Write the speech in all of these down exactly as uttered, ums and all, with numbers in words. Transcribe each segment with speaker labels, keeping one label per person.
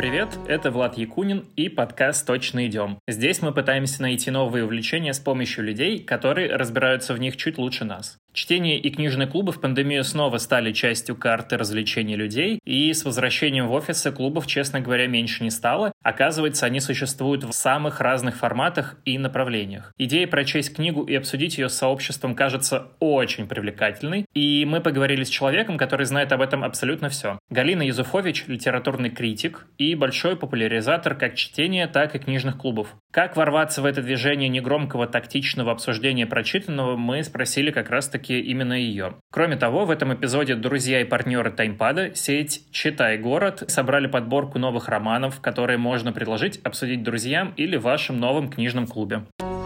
Speaker 1: привет! Это Влад Якунин и подкаст «Точно идем». Здесь мы пытаемся найти новые увлечения с помощью людей, которые разбираются в них чуть лучше нас. Чтение и книжные клубы в пандемию снова стали частью карты развлечений людей, и с возвращением в офисы клубов, честно говоря, меньше не стало. Оказывается, они существуют в самых разных форматах и направлениях. Идея прочесть книгу и обсудить ее с сообществом кажется очень привлекательной, и мы поговорили с человеком, который знает об этом абсолютно все. Галина Юзуфович — литературный критик и большой популяризатор как чтения, так и книжных клубов. Как ворваться в это движение негромкого тактичного обсуждения прочитанного, мы спросили как раз-таки именно ее. Кроме того, в этом эпизоде друзья и партнеры Таймпада, сеть «Читай город» собрали подборку новых романов, которые можно предложить обсудить друзьям или в вашем новом книжном клубе.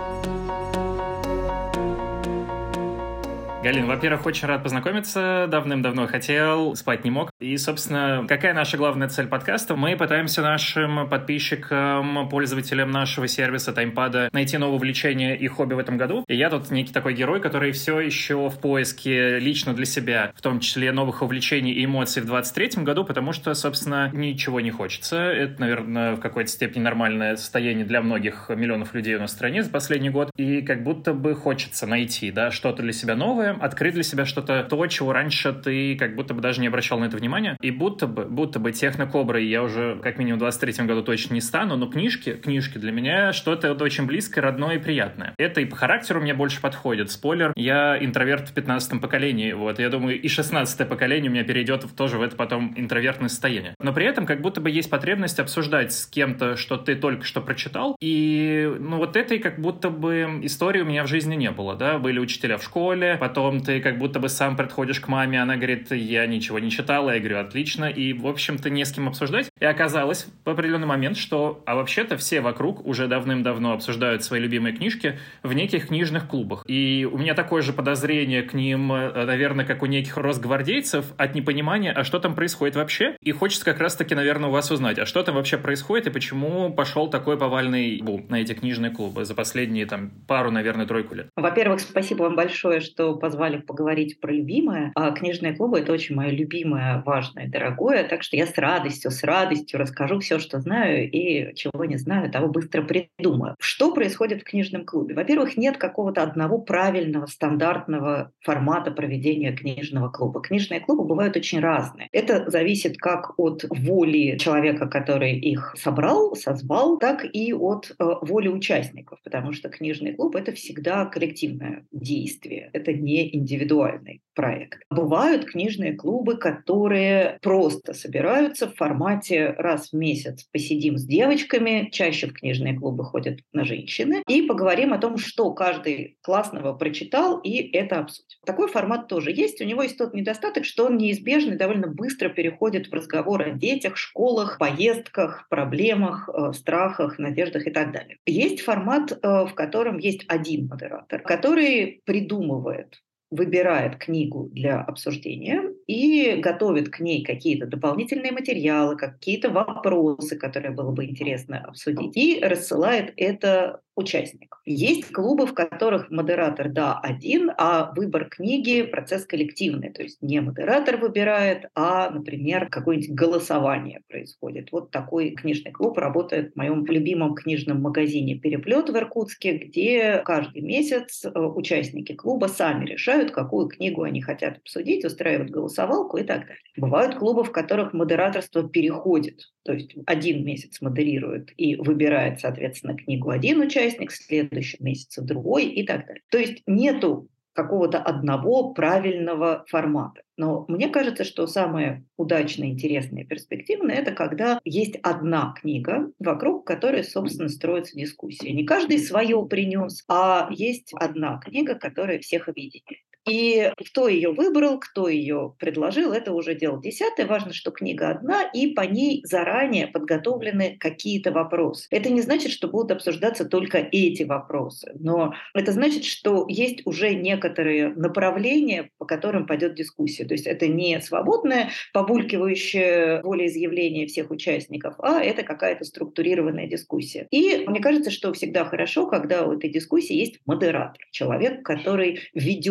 Speaker 1: Галин, во-первых, очень рад познакомиться. Давным-давно хотел, спать не мог. И, собственно, какая наша главная цель подкаста? Мы пытаемся нашим подписчикам, пользователям нашего сервиса Таймпада найти новое увлечение и хобби в этом году. И я тут некий такой герой, который все еще в поиске лично для себя, в том числе новых увлечений и эмоций в двадцать третьем году, потому что, собственно, ничего не хочется. Это, наверное, в какой-то степени нормальное состояние для многих миллионов людей у нас в стране за последний год. И как будто бы хочется найти, да, что-то для себя новое, открыть для себя что-то, то, чего раньше ты как будто бы даже не обращал на это внимания. И будто бы, будто бы технокоброй я уже как минимум в двадцать третьем году точно не стану, но книжки, книжки для меня что-то вот очень близкое, родное и приятное. Это и по характеру мне больше подходит. Спойлер, я интроверт в пятнадцатом поколении, вот. Я думаю, и шестнадцатое поколение у меня перейдет в, тоже в это потом интровертное состояние. Но при этом как будто бы есть потребность обсуждать с кем-то, что ты только что прочитал. И, ну, вот этой как будто бы истории у меня в жизни не было, да. Были учителя в школе, потом ты как будто бы сам подходишь к маме, она говорит, я ничего не читала, я говорю, отлично, и, в общем-то, не с кем обсуждать. И оказалось в определенный момент, что, а вообще-то все вокруг уже давным-давно обсуждают свои любимые книжки в неких книжных клубах. И у меня такое же подозрение к ним, наверное, как у неких росгвардейцев, от непонимания, а что там происходит вообще. И хочется как раз-таки, наверное, у вас узнать, а что там вообще происходит и почему пошел такой повальный бум на эти книжные клубы за последние, там, пару, наверное, тройку лет.
Speaker 2: Во-первых, спасибо вам большое, что позвали поговорить про любимое. А книжные клубы — это очень мое любимое, важное, дорогое, так что я с радостью, с радостью расскажу все, что знаю, и чего не знаю, того быстро придумаю. Что происходит в книжном клубе? Во-первых, нет какого-то одного правильного, стандартного формата проведения книжного клуба. Книжные клубы бывают очень разные. Это зависит как от воли человека, который их собрал, созвал, так и от э, воли участников, потому что книжный клуб — это всегда коллективное действие, это не индивидуальный проект. Бывают книжные клубы, которые просто собираются в формате раз в месяц посидим с девочками, чаще в книжные клубы ходят на женщины, и поговорим о том, что каждый классного прочитал, и это обсудим. Такой формат тоже есть. У него есть тот недостаток, что он неизбежно и довольно быстро переходит в разговор о детях, школах, поездках, проблемах, э, страхах, надеждах и так далее. Есть формат, э, в котором есть один модератор, который придумывает, выбирает книгу для обсуждения и готовит к ней какие-то дополнительные материалы, какие-то вопросы, которые было бы интересно обсудить, и рассылает это участникам. Есть клубы, в которых модератор, да, один, а выбор книги — процесс коллективный, то есть не модератор выбирает, а, например, какое-нибудь голосование происходит. Вот такой книжный клуб работает в моем любимом книжном магазине «Переплет» в Иркутске, где каждый месяц участники клуба сами решают, какую книгу они хотят обсудить, устраивают голосовалку и так далее. Бывают клубы, в которых модераторство переходит, то есть один месяц модерирует и выбирает, соответственно, книгу один участник, в следующем месяце другой и так далее. То есть нету какого-то одного правильного формата. Но мне кажется, что самое удачное, интересное и перспективное — это когда есть одна книга, вокруг которой, собственно, строится дискуссия. Не каждый свое принес, а есть одна книга, которая всех объединяет. И кто ее выбрал, кто ее предложил, это уже дело десятое. Важно, что книга одна, и по ней заранее подготовлены какие-то вопросы. Это не значит, что будут обсуждаться только эти вопросы, но это значит, что есть уже некоторые направления, по которым пойдет дискуссия. То есть это не свободное, побулькивающее волеизъявление всех участников, а это какая-то структурированная дискуссия. И мне кажется, что всегда хорошо, когда у этой дискуссии есть модератор, человек, который ведет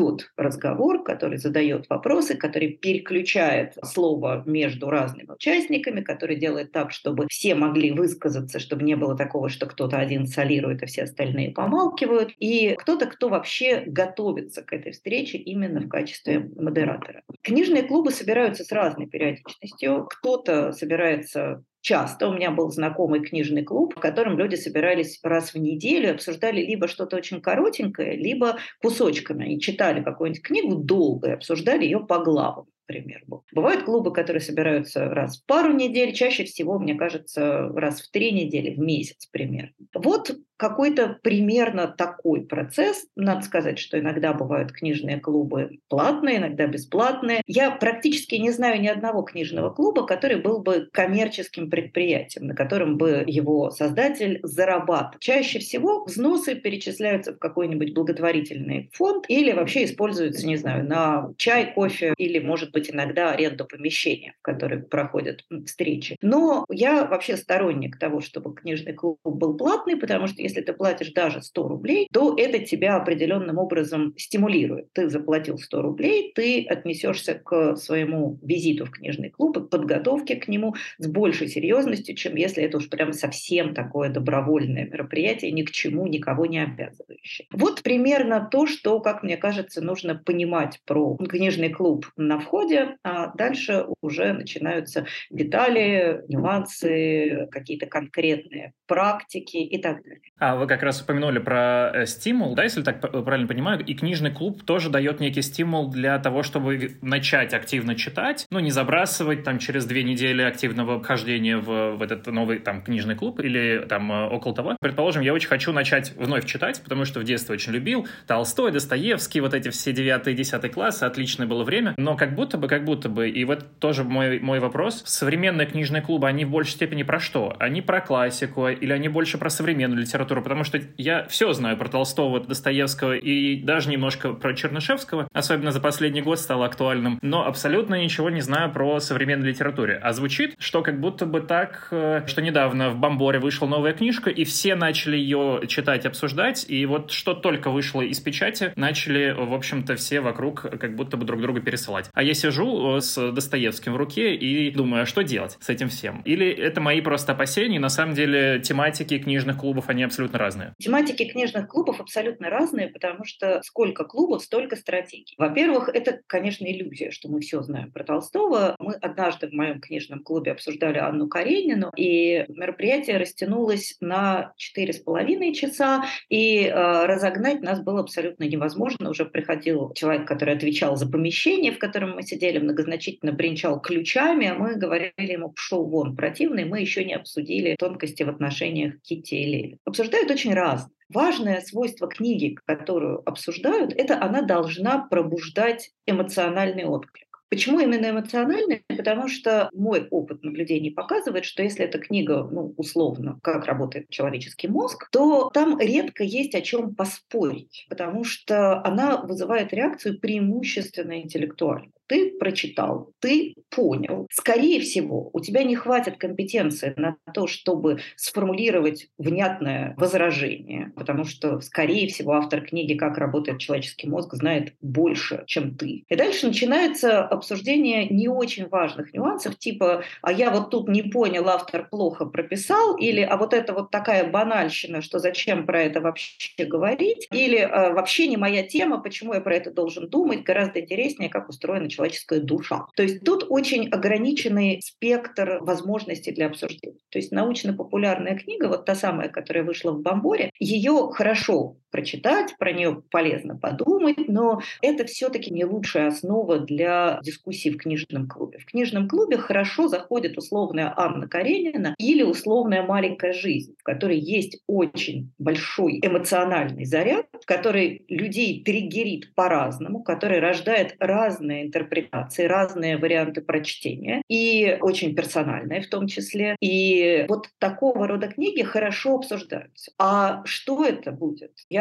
Speaker 2: разговор, который задает вопросы, который переключает слово между разными участниками, который делает так, чтобы все могли высказаться, чтобы не было такого, что кто-то один солирует, а все остальные помалкивают, и кто-то, кто вообще готовится к этой встрече именно в качестве модератора. Книжные клубы собираются с разной периодичностью. Кто-то собирается часто. У меня был знакомый книжный клуб, в котором люди собирались раз в неделю, обсуждали либо что-то очень коротенькое, либо кусочками. Они читали какую-нибудь книгу долго и обсуждали ее по главам. Пример был. Бывают клубы, которые собираются раз в пару недель, чаще всего, мне кажется, раз в три недели, в месяц примерно. Вот какой-то примерно такой процесс. Надо сказать, что иногда бывают книжные клубы платные, иногда бесплатные. Я практически не знаю ни одного книжного клуба, который был бы коммерческим предприятием, на котором бы его создатель зарабатывал. Чаще всего взносы перечисляются в какой-нибудь благотворительный фонд или вообще используются, не знаю, на чай, кофе или, может быть, иногда аренду помещения, в котором проходят встречи. Но я вообще сторонник того, чтобы книжный клуб был платный, потому что если ты платишь даже сто рублей, то это тебя определенным образом стимулирует. Ты заплатил сто рублей, ты отнесешься к своему визиту в книжный клуб, к подготовке к нему с большей серьезностью, чем если это уж прям совсем такое добровольное мероприятие, ни к чему никого не обязывающее. Вот примерно то, что, как мне кажется, нужно понимать про книжный клуб на входе, а дальше уже начинаются детали, нюансы, какие-то конкретные практики и так далее.
Speaker 1: А вы как раз упомянули про э, стимул, да, если так правильно понимаю, и книжный клуб тоже дает некий стимул для того, чтобы начать активно читать, ну, не забрасывать там через две недели активного вхождения в, в этот новый там книжный клуб или там около того. Предположим, я очень хочу начать вновь читать, потому что в детстве очень любил Толстой, Достоевский, вот эти все девятый и десятый классы, отличное было время, но как будто бы, как будто бы, и вот тоже мой, мой вопрос, современные книжные клубы, они в большей степени про что? Они про классику или они больше про современную литературу? Потому что я все знаю про Толстого, Достоевского и даже немножко про Чернышевского, особенно за последний год стало актуальным, но абсолютно ничего не знаю про современную литературу. А звучит, что как будто бы так, что недавно в Бомборе вышла новая книжка, и все начали ее читать, обсуждать, и вот что только вышло из печати, начали, в общем-то, все вокруг как будто бы друг друга пересылать. А я сижу с Достоевским в руке и думаю, а что делать с этим всем? Или это мои просто опасения, и на самом деле тематики книжных клубов, они абсолютно разные?
Speaker 2: Тематики книжных клубов абсолютно разные, потому что сколько клубов, столько стратегий. Во-первых, это, конечно, иллюзия, что мы все знаем про Толстого. Мы однажды в моем книжном клубе обсуждали Анну Каренину, и мероприятие растянулось на четыре с половиной часа, и э, разогнать нас было абсолютно невозможно. Уже приходил человек, который отвечал за помещение, в котором мы сидели, многозначительно бренчал ключами, а мы говорили ему: «Пшел вон, противный», мы еще не обсудили тонкости в отношениях Китти и Лили. Обсуждают очень разное. Важное свойство книги, которую обсуждают, это она должна пробуждать эмоциональный отклик. Почему именно эмоциональный? Потому что мой опыт наблюдений показывает, что если эта книга, ну, условно, как работает человеческий мозг, то там редко есть о чем поспорить, потому что она вызывает реакцию преимущественно интеллектуальную. Ты прочитал, ты понял. Скорее всего, у тебя не хватит компетенции на то, чтобы сформулировать внятное возражение, потому что, скорее всего, автор книги «Как работает человеческий мозг» знает больше, чем ты. И дальше начинается обсуждение не очень важных нюансов, типа «а я вот тут не понял, автор плохо прописал», или «а вот это вот такая банальщина, что зачем про это вообще говорить», или «а, вообще не моя тема, почему я про это должен думать», гораздо интереснее, как устроена человеческая душа. То есть тут очень ограниченный спектр возможностей для обсуждения. То есть научно-популярная книга, вот та самая, которая вышла в Бомборе, ее хорошо прочитать, про нее полезно подумать, но это все-таки не лучшая основа для дискуссии в книжном клубе. В книжном клубе хорошо заходит условная Анна Каренина или условная «Маленькая жизнь», в которой есть очень большой эмоциональный заряд, который людей триггерит по-разному, который рождает разные интерпретации, разные варианты прочтения, и очень персональные в том числе. И вот такого рода книги хорошо обсуждаются. А что это будет? Я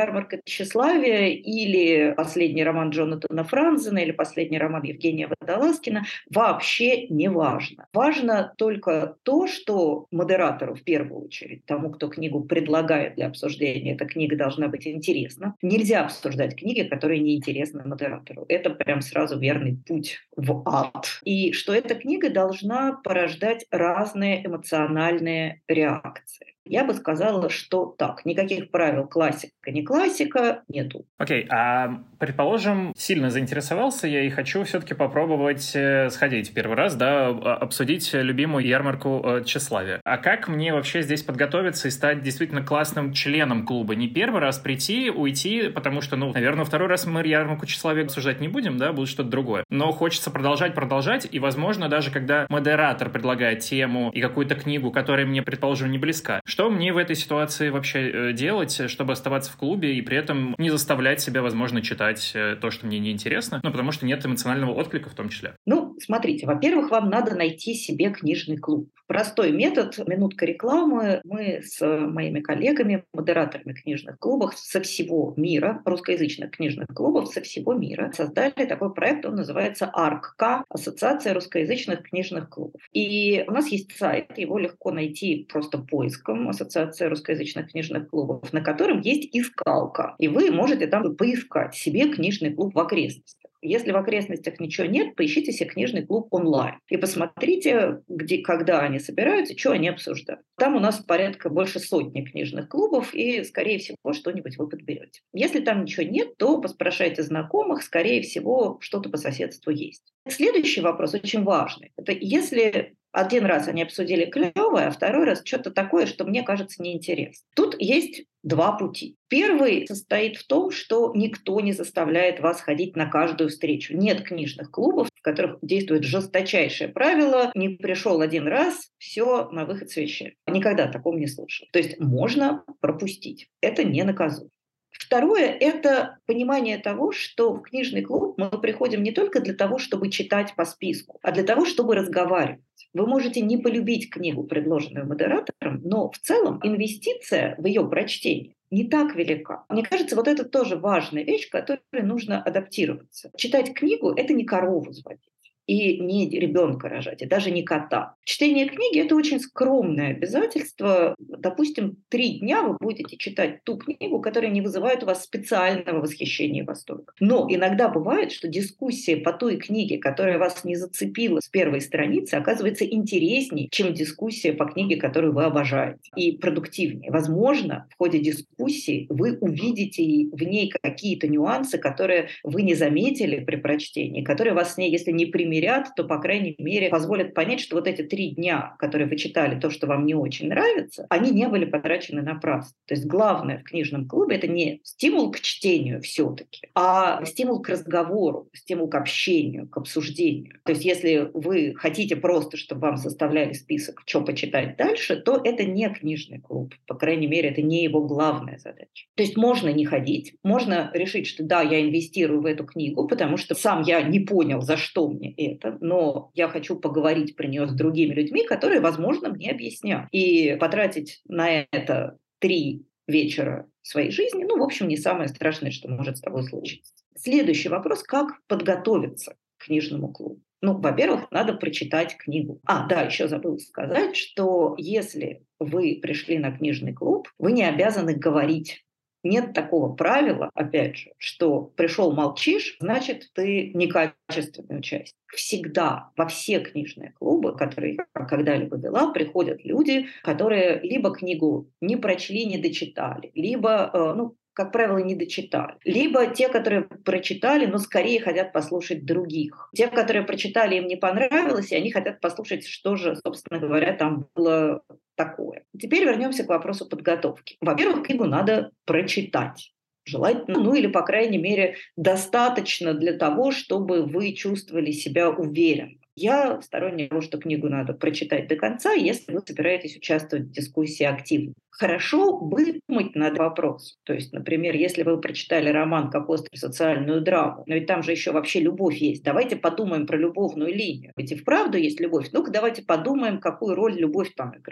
Speaker 2: «Ярмарка тщеславия» или последний роман Джонатана Франзена или последний роман Евгения Водолазкина вообще не важно. Важно только то, что модератору в первую очередь, тому, кто книгу предлагает для обсуждения, эта книга должна быть интересна. Нельзя обсуждать книги, которые неинтересны модератору. Это прям сразу верный путь в ад. И что эта книга должна порождать разные эмоциональные реакции. Я бы сказала, что так, никаких правил классика, не классика нету.
Speaker 1: Окей, okay, а предположим, сильно заинтересовался я и хочу все-таки попробовать э, сходить первый раз, да, обсудить любимую ярмарку э, тщеславия. А как мне вообще здесь подготовиться и стать действительно классным членом клуба? Не первый раз прийти, уйти, потому что, ну, наверное, второй раз мы ярмарку тщеславия обсуждать не будем, да, будет что-то другое. Но хочется продолжать, продолжать, и, возможно, даже когда модератор предлагает тему и какую-то книгу, которая мне, предположим, не близка, что мне в этой ситуации вообще делать, чтобы оставаться в клубе и при этом не заставлять себя, возможно, читать то, что мне неинтересно, ну, потому что нет эмоционального отклика в том числе?
Speaker 2: Ну, смотрите, во-первых, вам надо найти себе книжный клуб. Простой метод, минутка рекламы. Мы с моими коллегами, модераторами книжных клубов со всего мира, русскоязычных книжных клубов со всего мира, создали такой проект, он называется АРКК, Ассоциация русскоязычных книжных клубов. И у нас есть сайт, его легко найти просто поиском, Ассоциация русскоязычных книжных клубов, на котором есть искалка. И вы можете там поискать себе книжный клуб в окрестностях. Если в окрестностях ничего нет, поищите себе книжный клуб онлайн и посмотрите, где, когда они собираются, что они обсуждают. Там у нас порядка больше сотни книжных клубов, и, скорее всего, что-нибудь вы подберете. Если там ничего нет, то поспрашайте знакомых, скорее всего, что-то по соседству есть. Следующий вопрос очень важный. Это если один раз они обсудили клевое, а второй раз что-то такое, что мне кажется неинтересно. Тут есть два пути. Первый состоит в том, что никто не заставляет вас ходить на каждую встречу. Нет книжных клубов, в которых действует жесточайшее правило: не пришел один раз, все, на выход с вещами. Никогда такого не слышал. То есть можно пропустить. Это не наказуемо. Второе – это понимание того, что в книжный клуб мы приходим не только для того, чтобы читать по списку, а для того, чтобы разговаривать. Вы можете не полюбить книгу, предложенную модератором, но в целом инвестиция в ее прочтение не так велика. Мне кажется, вот это тоже важная вещь, к которой нужно адаптироваться. Читать книгу – это не корову заводить. И не ребенка рожать, и даже не кота. Чтение книги – это очень скромное обязательство. Допустим, три дня вы будете читать ту книгу, которая не вызывает у вас специального восхищения и восторга. Но иногда бывает, что дискуссия по той книге, которая вас не зацепила с первой страницы, оказывается интереснее, чем дискуссия по книге, которую вы обожаете, и продуктивнее. Возможно, в ходе дискуссии вы увидите в ней какие-то нюансы, которые вы не заметили при прочтении, которые вас с ней, если не примирят, то, по крайней мере, позволят понять, что вот эти три дня, которые вы читали, то, что вам не очень нравится, они не были потрачены напрасно. То есть главное в книжном клубе – это не стимул к чтению все-таки, а стимул к разговору, стимул к общению, к обсуждению. То есть если вы хотите просто, чтобы вам составляли список, что почитать дальше, то это не книжный клуб. По крайней мере, это не его главная задача. То есть можно не ходить, можно решить, что да, я инвестирую в эту книгу, потому что сам я не понял, за что мне это, но я хочу поговорить про нее с другими людьми, которые, возможно, мне объяснят. И потратить на это три вечера своей жизни, ну, в общем, не самое страшное, что может с тобой случиться. Следующий вопрос – как подготовиться к книжному клубу? Ну, во-первых, надо прочитать книгу. А, да, еще забыла сказать, что если вы пришли на книжный клуб, вы не обязаны говорить. Нет такого правила, опять же, что пришел молчишь, значит, ты некачественный участник. Всегда во все книжные клубы, которые я когда-либо вела, приходят люди, которые либо книгу не прочли, не дочитали, либо, ну, как правило, не дочитали. Либо те, которые прочитали, но скорее хотят послушать других. Те, которые прочитали, им не понравилось, и они хотят послушать, что же, собственно говоря, там было такое. Теперь вернемся к вопросу подготовки. Во-первых, книгу надо прочитать. Желательно, ну или, по крайней мере, достаточно для того, чтобы вы чувствовали себя уверенно. Я сторонник того, что книгу надо прочитать до конца, если вы собираетесь участвовать в дискуссии активно. Хорошо бы думать над вопросом. То есть, например, если вы прочитали роман как острую социальную драму, но ведь там же еще вообще любовь есть. Давайте подумаем про любовную линию. Ведь и вправду есть любовь. Ну-ка давайте подумаем, какую роль любовь там играет.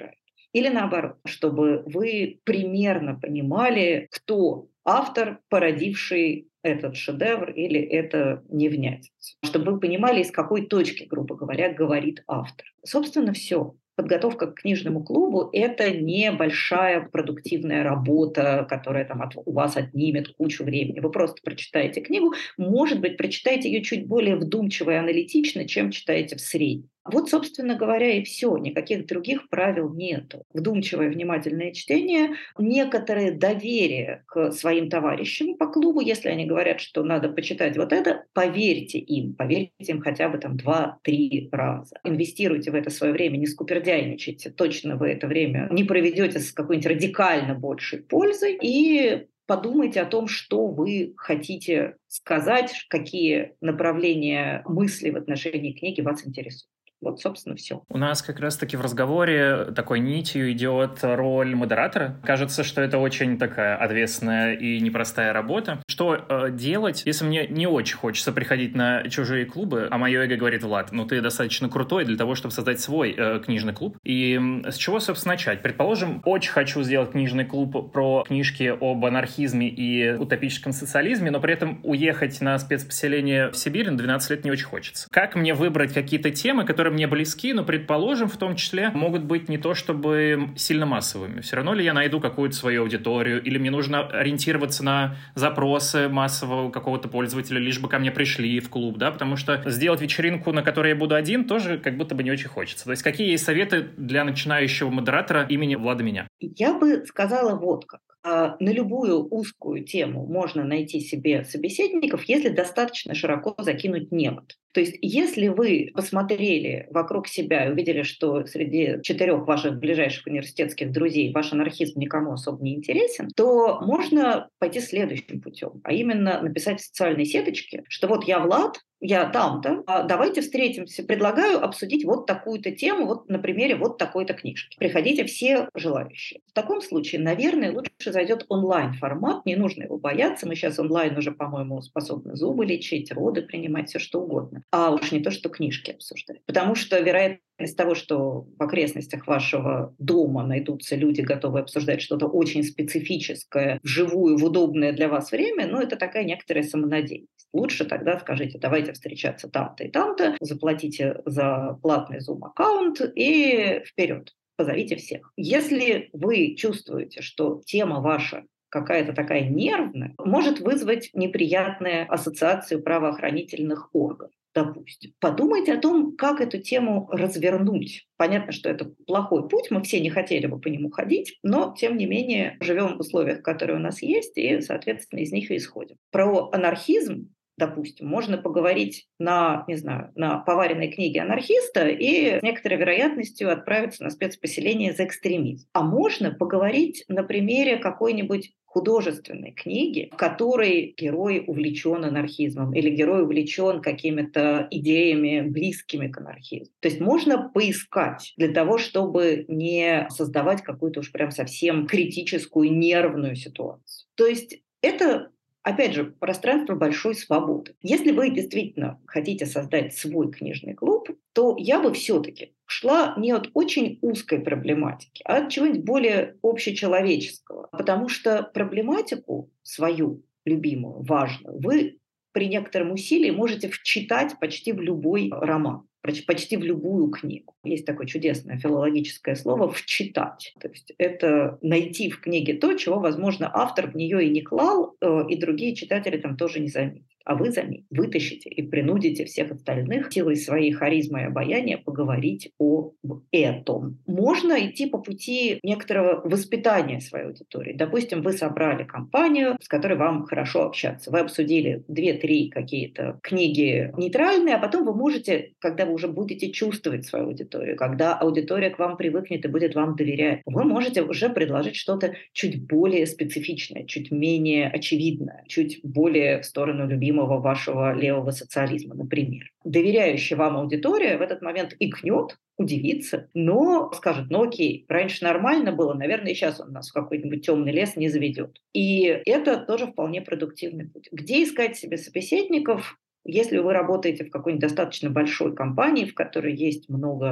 Speaker 2: Или наоборот, чтобы вы примерно понимали, кто автор, породивший этот шедевр или это невнятица. Чтобы вы понимали, из какой точки, грубо говоря, говорит автор. Собственно, все. Подготовка к книжному клубу – это небольшая продуктивная работа, которая там от, у вас отнимет кучу времени. Вы просто прочитаете книгу, может быть, прочитаете ее чуть более вдумчиво и аналитично, чем читаете в среднем. Вот, собственно говоря, и все. Никаких других правил нету. Вдумчивое, внимательное чтение, некоторое доверие к своим товарищам по клубу, если они говорят, что надо почитать вот это, поверьте им, поверьте им хотя бы там два-три раза. Инвестируйте в это свое время, не скупердяйничайте. Точно вы это время не проведете с какой-нибудь радикально большей пользой. И подумайте о том, что вы хотите сказать, какие направления мысли в отношении книги вас интересуют. Вот, собственно, все.
Speaker 1: У нас как раз-таки в разговоре такой нитью идет роль модератора. Кажется, что это очень такая ответственная и непростая работа. Что э, делать, если мне не очень хочется приходить на чужие клубы, а мое эго говорит: Влад, ну ты достаточно крутой для того, чтобы создать свой э, книжный клуб. И с чего, собственно, начать? Предположим, очень хочу сделать книжный клуб про книжки об анархизме и утопическом социализме, но при этом уехать на спецпоселение в Сибирь на двенадцать лет не очень хочется. Как мне выбрать какие-то темы, которые мне близки, но, предположим, в том числе могут быть не то чтобы сильно массовыми. Все равно ли я найду какую-то свою аудиторию, или мне нужно ориентироваться на запросы массового какого-то пользователя, лишь бы ко мне пришли в клуб, да, потому что сделать вечеринку, на которой я буду один, тоже как будто бы не очень хочется. То есть какие есть советы для начинающего модератора имени Влада Меня?
Speaker 2: Я бы сказала вот как. На любую узкую тему можно найти себе собеседников, если достаточно широко закинуть невод. То есть если вы посмотрели вокруг себя и увидели, что среди четырех ваших ближайших университетских друзей ваш анархизм никому особо не интересен, то можно пойти следующим путем, а именно написать в социальной сеточке, что вот я Влад, я там-то, а давайте встретимся, предлагаю обсудить вот такую-то тему, вот на примере вот такой-то книжки. Приходите все желающие. В таком случае, наверное, лучше зайдет онлайн-формат, не нужно его бояться, мы сейчас онлайн уже, по-моему, способны зубы лечить, роды принимать, все что угодно, а уж не то, что книжки обсуждать. Потому что вероятность того, что в окрестностях вашего дома найдутся люди, готовые обсуждать что-то очень специфическое, вживую, в удобное для вас время, ну, это такая некоторая самонадеянность. Лучше тогда скажите: давайте встречаться там-то и там-то, заплатите за платный Zoom-аккаунт и вперед, позовите всех. Если вы чувствуете, что тема ваша какая-то такая нервная, может вызвать неприятную ассоциацию правоохранительных органов. Допустим. Подумайте о том, как эту тему развернуть. Понятно, что это плохой путь, мы все не хотели бы по нему ходить, но, тем не менее, живем в условиях, которые у нас есть, и, соответственно, из них и исходим. Про анархизм, допустим, можно поговорить на, не знаю, на поваренной книге анархиста и с некоторой вероятностью отправиться на спецпоселение за экстремизм. А можно поговорить на примере какой-нибудь художественной книги, в которой герой увлечен анархизмом или герой увлечен какими-то идеями, близкими к анархизму. То есть можно поискать для того, чтобы не создавать какую-то уж прям совсем критическую, нервную ситуацию. То есть это, опять же, пространство большой свободы. Если вы действительно хотите создать свой книжный клуб, то я бы все-таки шла не от очень узкой проблематики, а от чего-нибудь более общечеловеческого. Потому что проблематику свою любимую, важную, вы при некотором усилии можете вчитать почти в любой роман, почти в любую книгу. Есть такое чудесное филологическое слово «вчитать». То есть это найти в книге то, чего, возможно, автор в нее и не клал, и другие читатели там тоже не заметят. А вы заметите, вытащите и принудите всех остальных силой своей харизмы и обаяния поговорить об этом. Можно идти по пути некоторого воспитания своей аудитории. Допустим, вы собрали компанию, с которой вам хорошо общаться. Вы обсудили две-три какие-то книги нейтральные, а потом вы можете, когда вы уже будете чувствовать свою аудиторию, когда аудитория к вам привыкнет и будет вам доверять, вы можете уже предложить что-то чуть более специфичное, чуть менее очевидное, чуть более в сторону любимого вашего левого социализма, например. Доверяющая вам аудитория в этот момент икнет, удивится, но скажет: ну окей, раньше нормально было, наверное, и сейчас он нас в какой-нибудь темный лес не заведет. И это тоже вполне продуктивный путь. Где искать себе собеседников? Если вы работаете в какой-нибудь достаточно большой компании, в которой есть много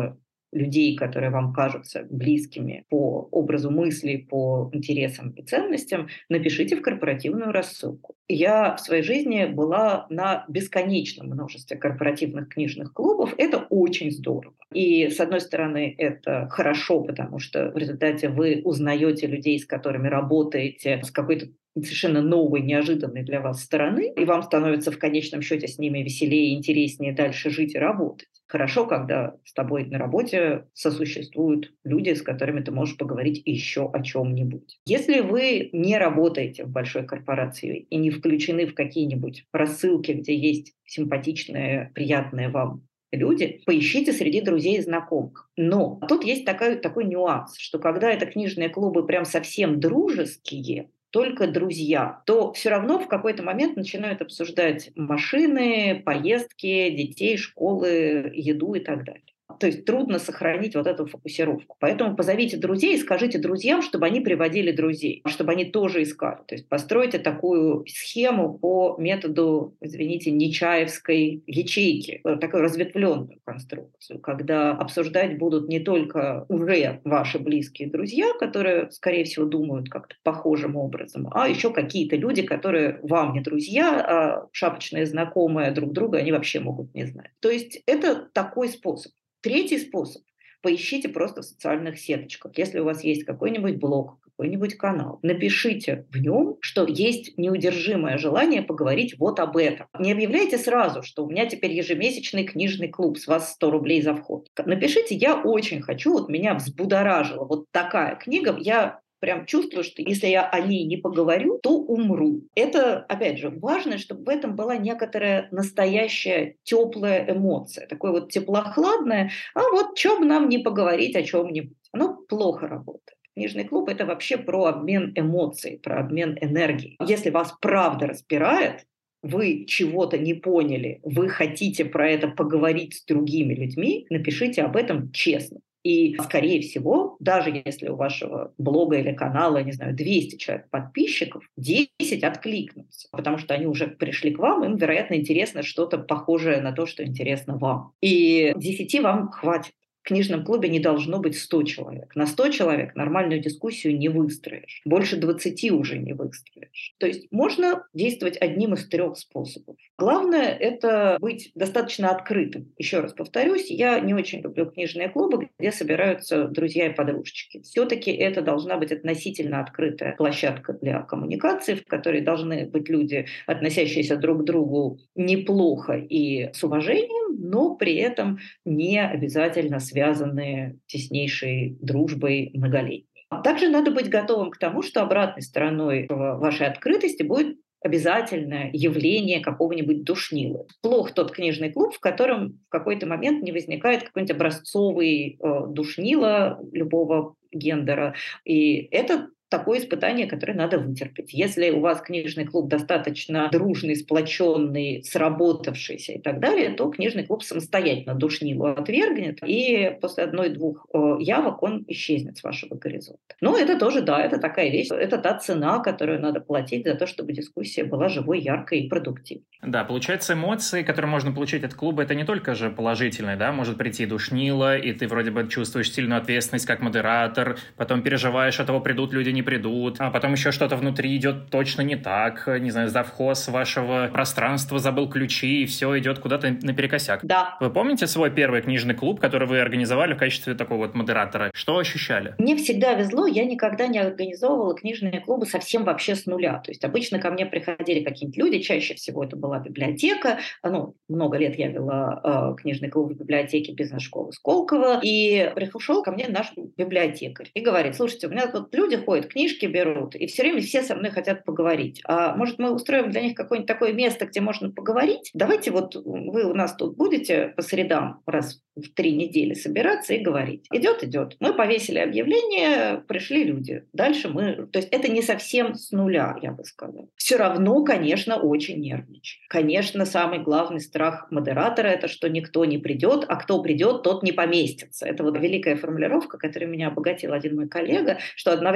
Speaker 2: людей, которые вам кажутся близкими по образу мысли, по интересам и ценностям, напишите в корпоративную рассылку. Я в своей жизни была на бесконечном множестве корпоративных книжных клубов. Это очень здорово. И, с одной стороны, это хорошо, потому что в результате вы узнаете людей, с которыми работаете, с какой-то совершенно новой, неожиданной для вас стороны, и вам становится в конечном счете с ними веселее и интереснее дальше жить и работать. Хорошо, когда с тобой на работе сосуществуют люди, с которыми ты можешь поговорить еще о чем-нибудь. Если вы не работаете в большой корпорации и не включены в какие-нибудь рассылки, где есть симпатичные, приятные вам люди, поищите среди друзей и знакомых. Но тут есть такой, такой нюанс, что когда это книжные клубы прям совсем дружеские, только друзья, то все равно в какой-то момент начинают обсуждать машины, поездки, детей, школы, еду и так далее. То есть трудно сохранить вот эту фокусировку. Поэтому позовите друзей и скажите друзьям, чтобы они приводили друзей, чтобы они тоже искали. То есть постройте такую схему по методу, извините, нечаевской ячейки, такую разветвленную конструкцию, когда обсуждать будут не только уже ваши близкие друзья, которые, скорее всего, думают как-то похожим образом, а еще какие-то люди, которые вам не друзья, а шапочные знакомые друг друга, они вообще могут не знать. То есть это такой способ. Третий способ. Поищите просто в социальных сеточках. Если у вас есть какой-нибудь блог, какой-нибудь канал, напишите в нем, что есть неудержимое желание поговорить вот об этом. Не объявляйте сразу, что у меня теперь ежемесячный книжный клуб, с вас сто рублей за вход. Напишите: я очень хочу, вот меня взбудоражила вот такая книга, я прям чувствую, что если я о ней не поговорю, то умру. Это, опять же, важно, чтобы в этом была некоторая настоящая теплая эмоция, такое вот теплохладное, а вот чем нам не поговорить о чем-нибудь. Оно плохо работает. Книжный клуб — это вообще про обмен эмоций, про обмен энергией. Если вас правда распирает, вы чего-то не поняли, вы хотите про это поговорить с другими людьми, напишите об этом честно. И, скорее всего, даже если у вашего блога или канала, не знаю, двести человек подписчиков, десять откликнутся, потому что они уже пришли к вам, им, вероятно, интересно что-то похожее на то, что интересно вам. И десяти вам хватит. В книжном клубе не должно быть сто человек. На сто человек нормальную дискуссию не выстроишь. Больше двадцати уже не выстроишь. То есть можно действовать одним из трех способов. Главное — это быть достаточно открытым. Еще раз повторюсь, я не очень люблю книжные клубы, где собираются друзья и подружечки. Все-таки это должна быть относительно открытая площадка для коммуникации, в которой должны быть люди, относящиеся друг к другу неплохо и с уважением, но при этом не обязательно связанные теснейшей дружбой многолетней. Также надо быть готовым к тому, что обратной стороной вашей открытости будет обязательное явление какого-нибудь душнилы. Плох тот книжный клуб, в котором в какой-то момент не возникает какой-нибудь образцовый э, душнила любого гендера. И это такое испытание, которое надо вытерпеть. Если у вас книжный клуб достаточно дружный, сплоченный, сработавшийся и так далее, то книжный клуб самостоятельно душнилу отвергнет, и после одной-двух явок он исчезнет с вашего горизонта. Но это тоже, да, это такая вещь, это та цена, которую надо платить за то, чтобы дискуссия была живой, яркой и продуктивной.
Speaker 1: Да, получается, эмоции, которые можно получить от клуба, это не только же положительные, да, может прийти душнило, и ты вроде бы чувствуешь сильную ответственность как модератор, потом переживаешь, от того придут люди, не придут, а потом еще что-то внутри идет точно не так, не знаю, завхоз вашего пространства забыл ключи, и все идет куда-то наперекосяк.
Speaker 2: Да.
Speaker 1: Вы помните свой первый книжный клуб, который вы организовали в качестве такого вот модератора? Что ощущали?
Speaker 2: Мне всегда везло, я никогда не организовывала книжные клубы совсем вообще с нуля. То есть обычно ко мне приходили какие-нибудь люди, чаще всего это была библиотека, ну, много лет я вела э, книжный клуб в библиотеке бизнес-школы Сколково, и пришел ко мне наш библиотекарь и говорит: слушайте, у меня тут люди ходят, книжки берут, и все время все со мной хотят поговорить. А может, мы устроим для них какое-нибудь такое место, где можно поговорить? Давайте вот вы у нас тут будете по средам раз в три недели собираться и говорить. Идет, идет. Мы повесили объявление, пришли люди. Дальше мы... То есть это не совсем с нуля, я бы сказала. Все равно, конечно, очень нервничаю. Конечно, самый главный страх модератора — это что никто не придет, а кто придет, тот не поместится. Это вот великая формулировка, которую меня обогатил один мой коллега, что одновременно ты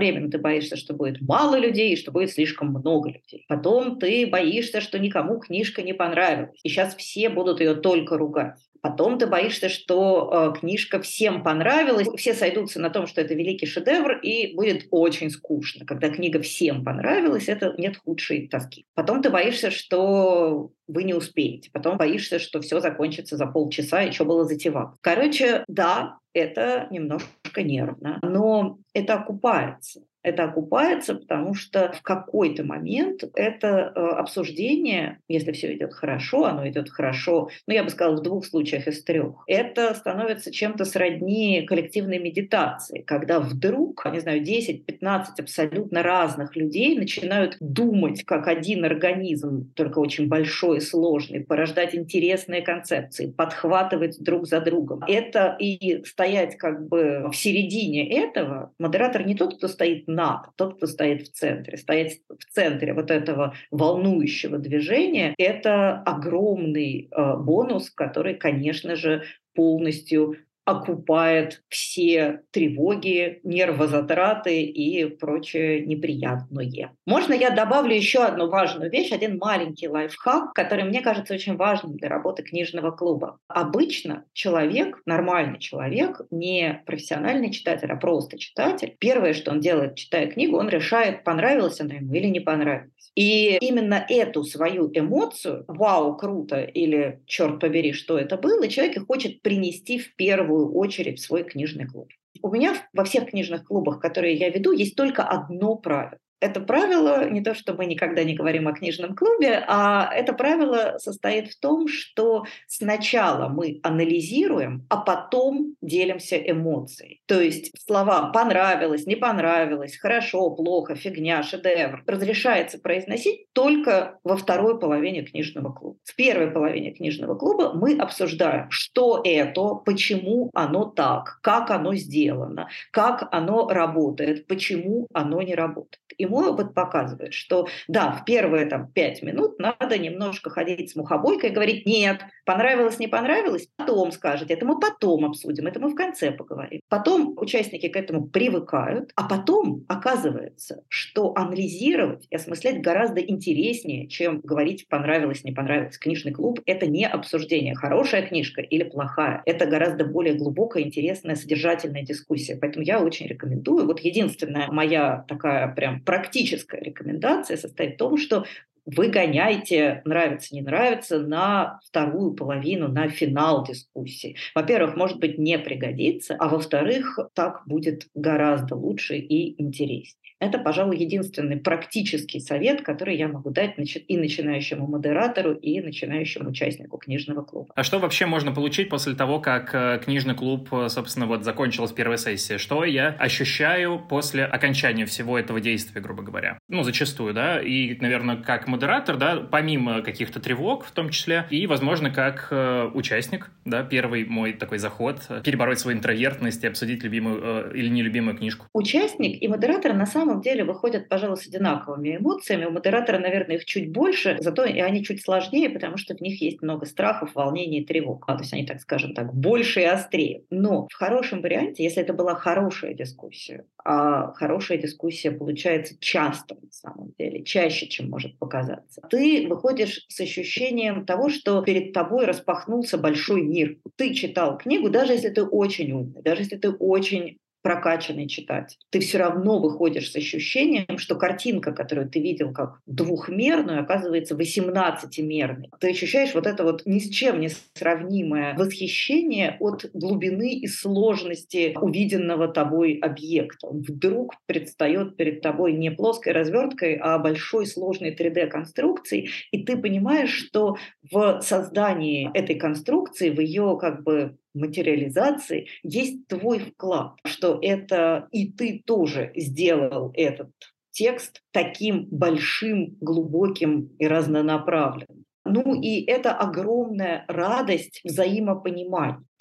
Speaker 2: боишься, что будет мало людей и что будет слишком много людей. Потом ты боишься, что никому книжка не понравилась, и сейчас все будут ее только ругать. Потом ты боишься, что э, книжка всем понравилась, все сойдутся на том, что это великий шедевр, и будет очень скучно. Когда книга всем понравилась, это нет худшей тоски. Потом ты боишься, что вы не успеете. Потом боишься, что все закончится за полчаса, и что было затевать. Короче, да, это немножко нервно, но это окупается. Это окупается, потому что в какой-то момент это э, обсуждение, если все идет хорошо, оно идет хорошо, ну, я бы сказала, в двух случаях из трех, это становится чем-то сродни коллективной медитации, когда вдруг, не знаю, десять-пятнадцать абсолютно разных людей начинают думать как один организм, только очень большой и сложный, порождать интересные концепции, подхватывать друг за другом. Это и стоять как бы в середине этого, модератор не тот, кто стоит над, тот, кто стоит в центре. Стоять в центре вот этого волнующего движения — это огромный э, бонус, который, конечно же, полностью окупает все тревоги, нервозатраты и прочее неприятное. Можно я добавлю еще одну важную вещь, один маленький лайфхак, который мне кажется очень важным для работы книжного клуба. Обычно человек, нормальный человек, не профессиональный читатель, а просто читатель, первое, что он делает, читая книгу, он решает, понравилась она ему или не понравилась. И именно эту свою эмоцию, вау, круто, или черт побери, что это было, человек и хочет принести в первую очередь в свой книжный клуб. У меня во всех книжных клубах, которые я веду, есть только одно правило. Это правило не то, что мы никогда не говорим о книжном клубе, а это правило состоит в том, что сначала мы анализируем, а потом делимся эмоцией. То есть слова «понравилось», «не понравилось», «хорошо», «плохо», «фигня», «шедевр» разрешается произносить только во второй половине книжного клуба. В первой половине книжного клуба мы обсуждаем, что это, почему оно так, как оно сделано, как оно работает, почему оно не работает. И мой опыт показывает, что да, в первые там, пять минут надо немножко ходить с мухобойкой и говорить: нет, понравилось, не понравилось, потом скажете, это мы потом обсудим, это мы в конце поговорим. Потом участники к этому привыкают, а потом оказывается, что анализировать и осмыслять гораздо интереснее, чем говорить понравилось, не понравилось. Книжный клуб — это не обсуждение, хорошая книжка или плохая. Это гораздо более глубокая, интересная, содержательная дискуссия. Поэтому я очень рекомендую. Вот единственная моя такая прям практическая рекомендация состоит в том, что вы гоняете нравится, не нравится на вторую половину, на финал дискуссии. Во-первых, может быть, не пригодится, а во-вторых, так будет гораздо лучше и интереснее. Это, пожалуй, единственный практический совет, который я могу дать и начинающему модератору, и начинающему участнику книжного клуба.
Speaker 1: А что вообще можно получить после того, как книжный клуб, собственно, вот закончилась первая сессия? Что я ощущаю после окончания всего этого действия, грубо говоря? Ну, зачастую, да, и, наверное, как модератор, да, помимо каких-то тревог в том числе, и, возможно, как э, участник, да, первый мой такой заход, перебороть свою интровертность и обсудить любимую э, или нелюбимую книжку.
Speaker 2: Участник и модератор на самом деле выходят, пожалуй, с одинаковыми эмоциями. У модератора, наверное, их чуть больше, зато и они чуть сложнее, потому что в них есть много страхов, волнений и тревог. А, то есть они, так скажем так, больше и острее. Но в хорошем варианте, если это была хорошая дискуссия, а хорошая дискуссия получается часто, на самом деле, чаще, чем может показаться, ты выходишь с ощущением того, что перед тобой распахнулся большой мир. Ты читал книгу, даже если ты очень умный, даже если ты очень прокачанный читатель, ты все равно выходишь с ощущением, что картинка, которую ты видел как двухмерную, оказывается восемнадцатимерной. Ты ощущаешь вот это вот ни с чем не сравнимое восхищение от глубины и сложности увиденного тобой объекта. Он вдруг предстает перед тобой не плоской разверткой, а большой сложной три дэ-конструкцией, и ты понимаешь, что в создании этой конструкции, в ее как бы материализации есть твой вклад, что это и ты тоже сделал этот текст таким большим, глубоким и разнонаправленным. Ну и это огромная радость взаимопонимания. То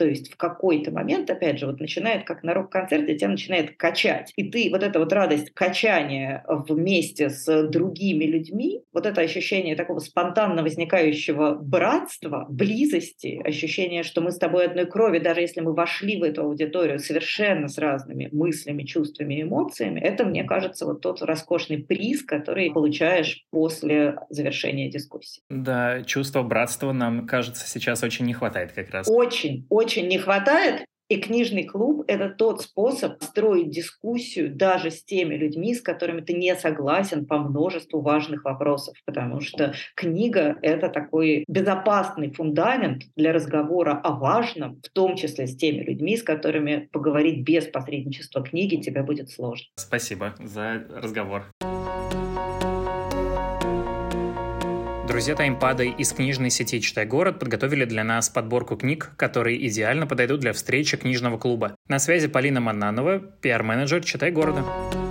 Speaker 2: То есть в какой-то момент, опять же, вот начинает, как на рок-концерте, тебя начинает качать. И ты вот эта вот радость качания вместе с другими людьми, вот это ощущение такого спонтанно возникающего братства, близости, ощущение, что мы с тобой одной крови, даже если мы вошли в эту аудиторию совершенно с разными мыслями, чувствами и эмоциями, это, мне кажется, вот тот роскошный приз, который получаешь после завершения дискуссии.
Speaker 1: Да, чувство братства нам, кажется, сейчас очень не хватает как раз.
Speaker 2: Очень, очень не хватает. И книжный клуб — это тот способ строить дискуссию даже с теми людьми, с которыми ты не согласен по множеству важных вопросов, потому что книга — это такой безопасный фундамент для разговора о важном, в том числе с теми людьми, с которыми поговорить без посредничества книги тебе будет сложно.
Speaker 1: Спасибо за разговор. Друзья Таймпада из книжной сети «Читай город» подготовили для нас подборку книг, которые идеально подойдут для встречи книжного клуба. На связи Полина Маннанова, пиар-менеджер «Читай города».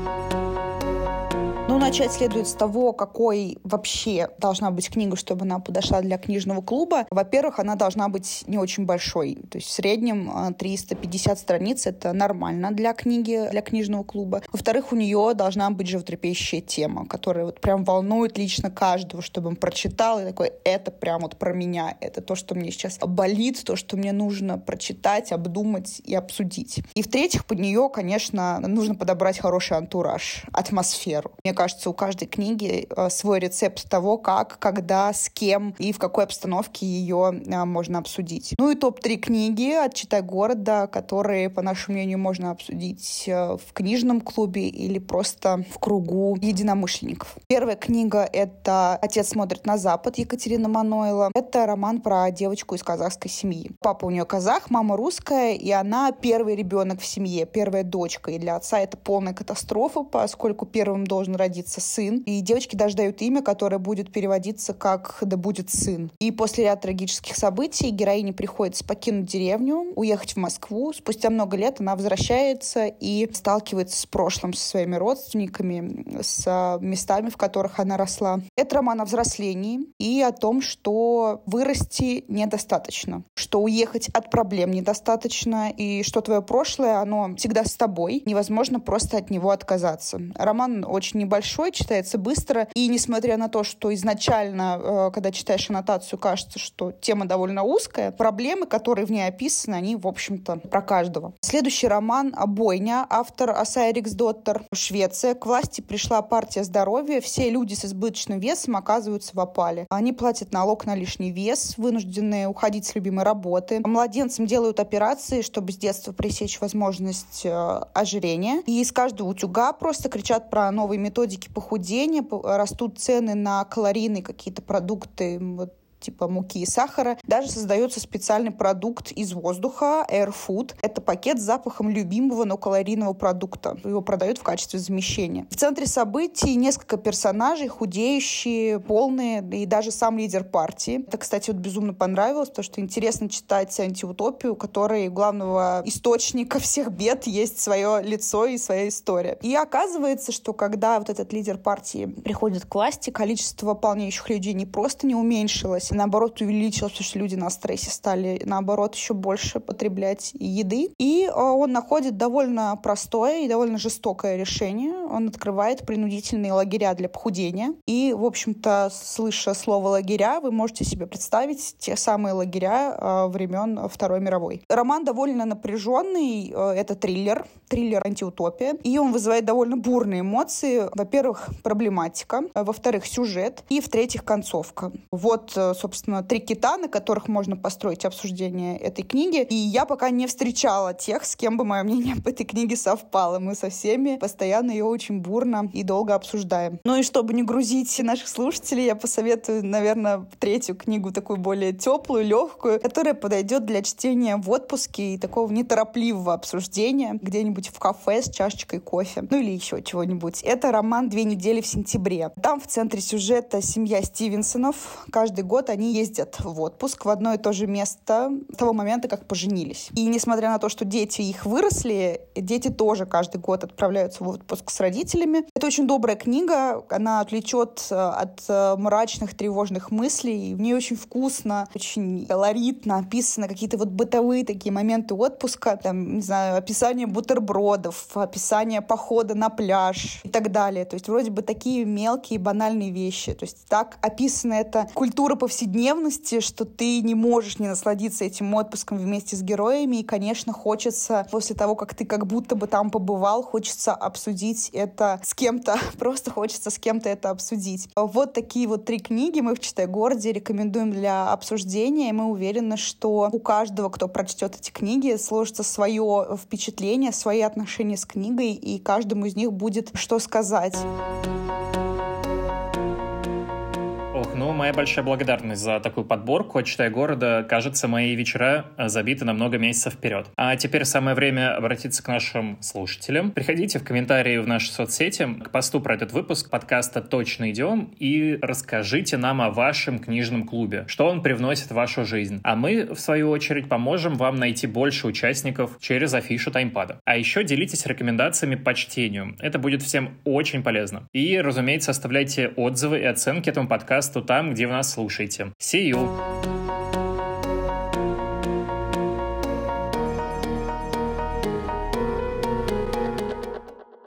Speaker 3: Ну, начать следует с того, какой вообще должна быть книга, чтобы она подошла для книжного клуба. Во-первых, она должна быть не очень большой. То есть в среднем триста пятьдесят страниц — это нормально для книги, для книжного клуба. Во-вторых, у нее должна быть животрепещущая тема, которая вот прям волнует лично каждого, чтобы он прочитал и такой: это прям вот про меня, это то, что мне сейчас болит, то, что мне нужно прочитать, обдумать и обсудить. И в-третьих, под нее, конечно, нужно подобрать хороший антураж, атмосферу. Мне кажется, у каждой книги свой рецепт того, как, когда, с кем и в какой обстановке ее можно обсудить. Ну и топ-три книги от «Читай города», которые, по нашему мнению, можно обсудить в книжном клубе или просто в кругу единомышленников. Первая книга — это «Отец смотрит на Запад» Екатерина Манойла. Это роман про девочку из казахской семьи. Папа у нее казах, мама русская, и она первый ребенок в семье, первая дочка. И для отца это полная катастрофа, поскольку первым должен родиться сын. И девочке даже дают имя, которое будет переводиться как «да будет сын». И после ряда трагических событий героине приходится покинуть деревню, уехать в Москву. Спустя много лет она возвращается и сталкивается с прошлым, со своими родственниками, с местами, в которых она росла. Это роман о взрослении и о том, что вырасти недостаточно, что уехать от проблем недостаточно, и что твое прошлое, оно всегда с тобой. Невозможно просто от него отказаться. Роман очень небольшой, читается быстро, и несмотря на то, что изначально, когда читаешь аннотацию, кажется, что тема довольно узкая, проблемы, которые в ней описаны, они, в общем-то, про каждого. Следующий роман «Бойня», автор Аса Эриксдоттер. Швеция. К власти пришла партия здоровья. Все люди с избыточным весом оказываются в опале. Они платят налог на лишний вес, вынуждены уходить с любимой работы. Младенцам делают операции, чтобы с детства пресечь возможность ожирения. И из каждого утюга просто кричат про новые методики похудения, растут цены на калорийные какие-то продукты, вот, типа муки и сахара. Даже создается специальный продукт из воздуха, Air Food. Это пакет с запахом любимого, но калорийного продукта. Его продают в качестве замещения. В центре событий несколько персонажей, худеющие, полные, и даже сам лидер партии. Это, кстати, вот безумно понравилось, потому что интересно читать антиутопию, у которой у главного источника всех бед есть свое лицо и своя история. И оказывается, что когда вот этот лидер партии приходит к власти, количество полнеющих людей не просто не уменьшилось, наоборот, увеличилось, потому что люди на стрессе стали, наоборот, еще больше потреблять еды. И он находит довольно простое и довольно жестокое решение. Он открывает принудительные лагеря для похудения. И, в общем-то, слыша слово «лагеря», вы можете себе представить те самые лагеря времен Второй мировой. Роман довольно напряженный. Это триллер, триллер-антиутопия. И он вызывает довольно бурные эмоции. Во-первых, проблематика. Во-вторых, сюжет. И, в-третьих, концовка. Вот, собственно, три кита, на которых можно построить обсуждение этой книги. И я пока не встречала тех, с кем бы мое мнение об этой книге совпало. Мы со всеми постоянно ее очень бурно и долго обсуждаем. Ну и чтобы не грузить наших слушателей, я посоветую, наверное, третью книгу, такую более теплую, легкую, которая подойдет для чтения в отпуске и такого неторопливого обсуждения где-нибудь в кафе с чашечкой кофе. Ну или еще чего-нибудь. Это роман «Две недели в сентябре». Там в центре сюжета семья Стивенсонов. Каждый год они ездят в отпуск в одно и то же место с того момента, как поженились. И несмотря на то, что дети их выросли, дети тоже каждый год отправляются в отпуск с родителями. Это очень добрая книга, она отвлечет от мрачных, тревожных мыслей. В ней очень вкусно, очень колоритно описаны какие-то вот бытовые такие моменты отпуска, там, не знаю, описание бутербродов, описание похода на пляж и так далее. То есть вроде бы такие мелкие, банальные вещи. То есть так описана эта культура повседневности, что ты не можешь не насладиться этим отпуском вместе с героями. И, конечно, хочется после того, как ты как будто бы там побывал, хочется обсудить это с кем-то. Просто хочется с кем-то это обсудить. Вот такие вот три книги мы в «Читай-городе» рекомендуем для обсуждения. И мы уверены, что у каждого, кто прочтет эти книги, сложится свое впечатление, свои отношения с книгой, и каждому из них будет что сказать.
Speaker 1: Ох, ну, моя большая благодарность за такую подборку от «Читай города». Кажется, мои вечера забиты на много месяцев вперед. А теперь самое время обратиться к нашим слушателям. Приходите в комментарии в наши соцсети к посту про этот выпуск подкаста «Точно идем» и расскажите нам о вашем книжном клубе, что он привносит в вашу жизнь. А мы, в свою очередь, поможем вам найти больше участников через афишу таймпада. А еще делитесь рекомендациями по чтению. Это будет всем очень полезно. И, разумеется, оставляйте отзывы и оценки этому подкасту там, где вы нас слушаете. See you!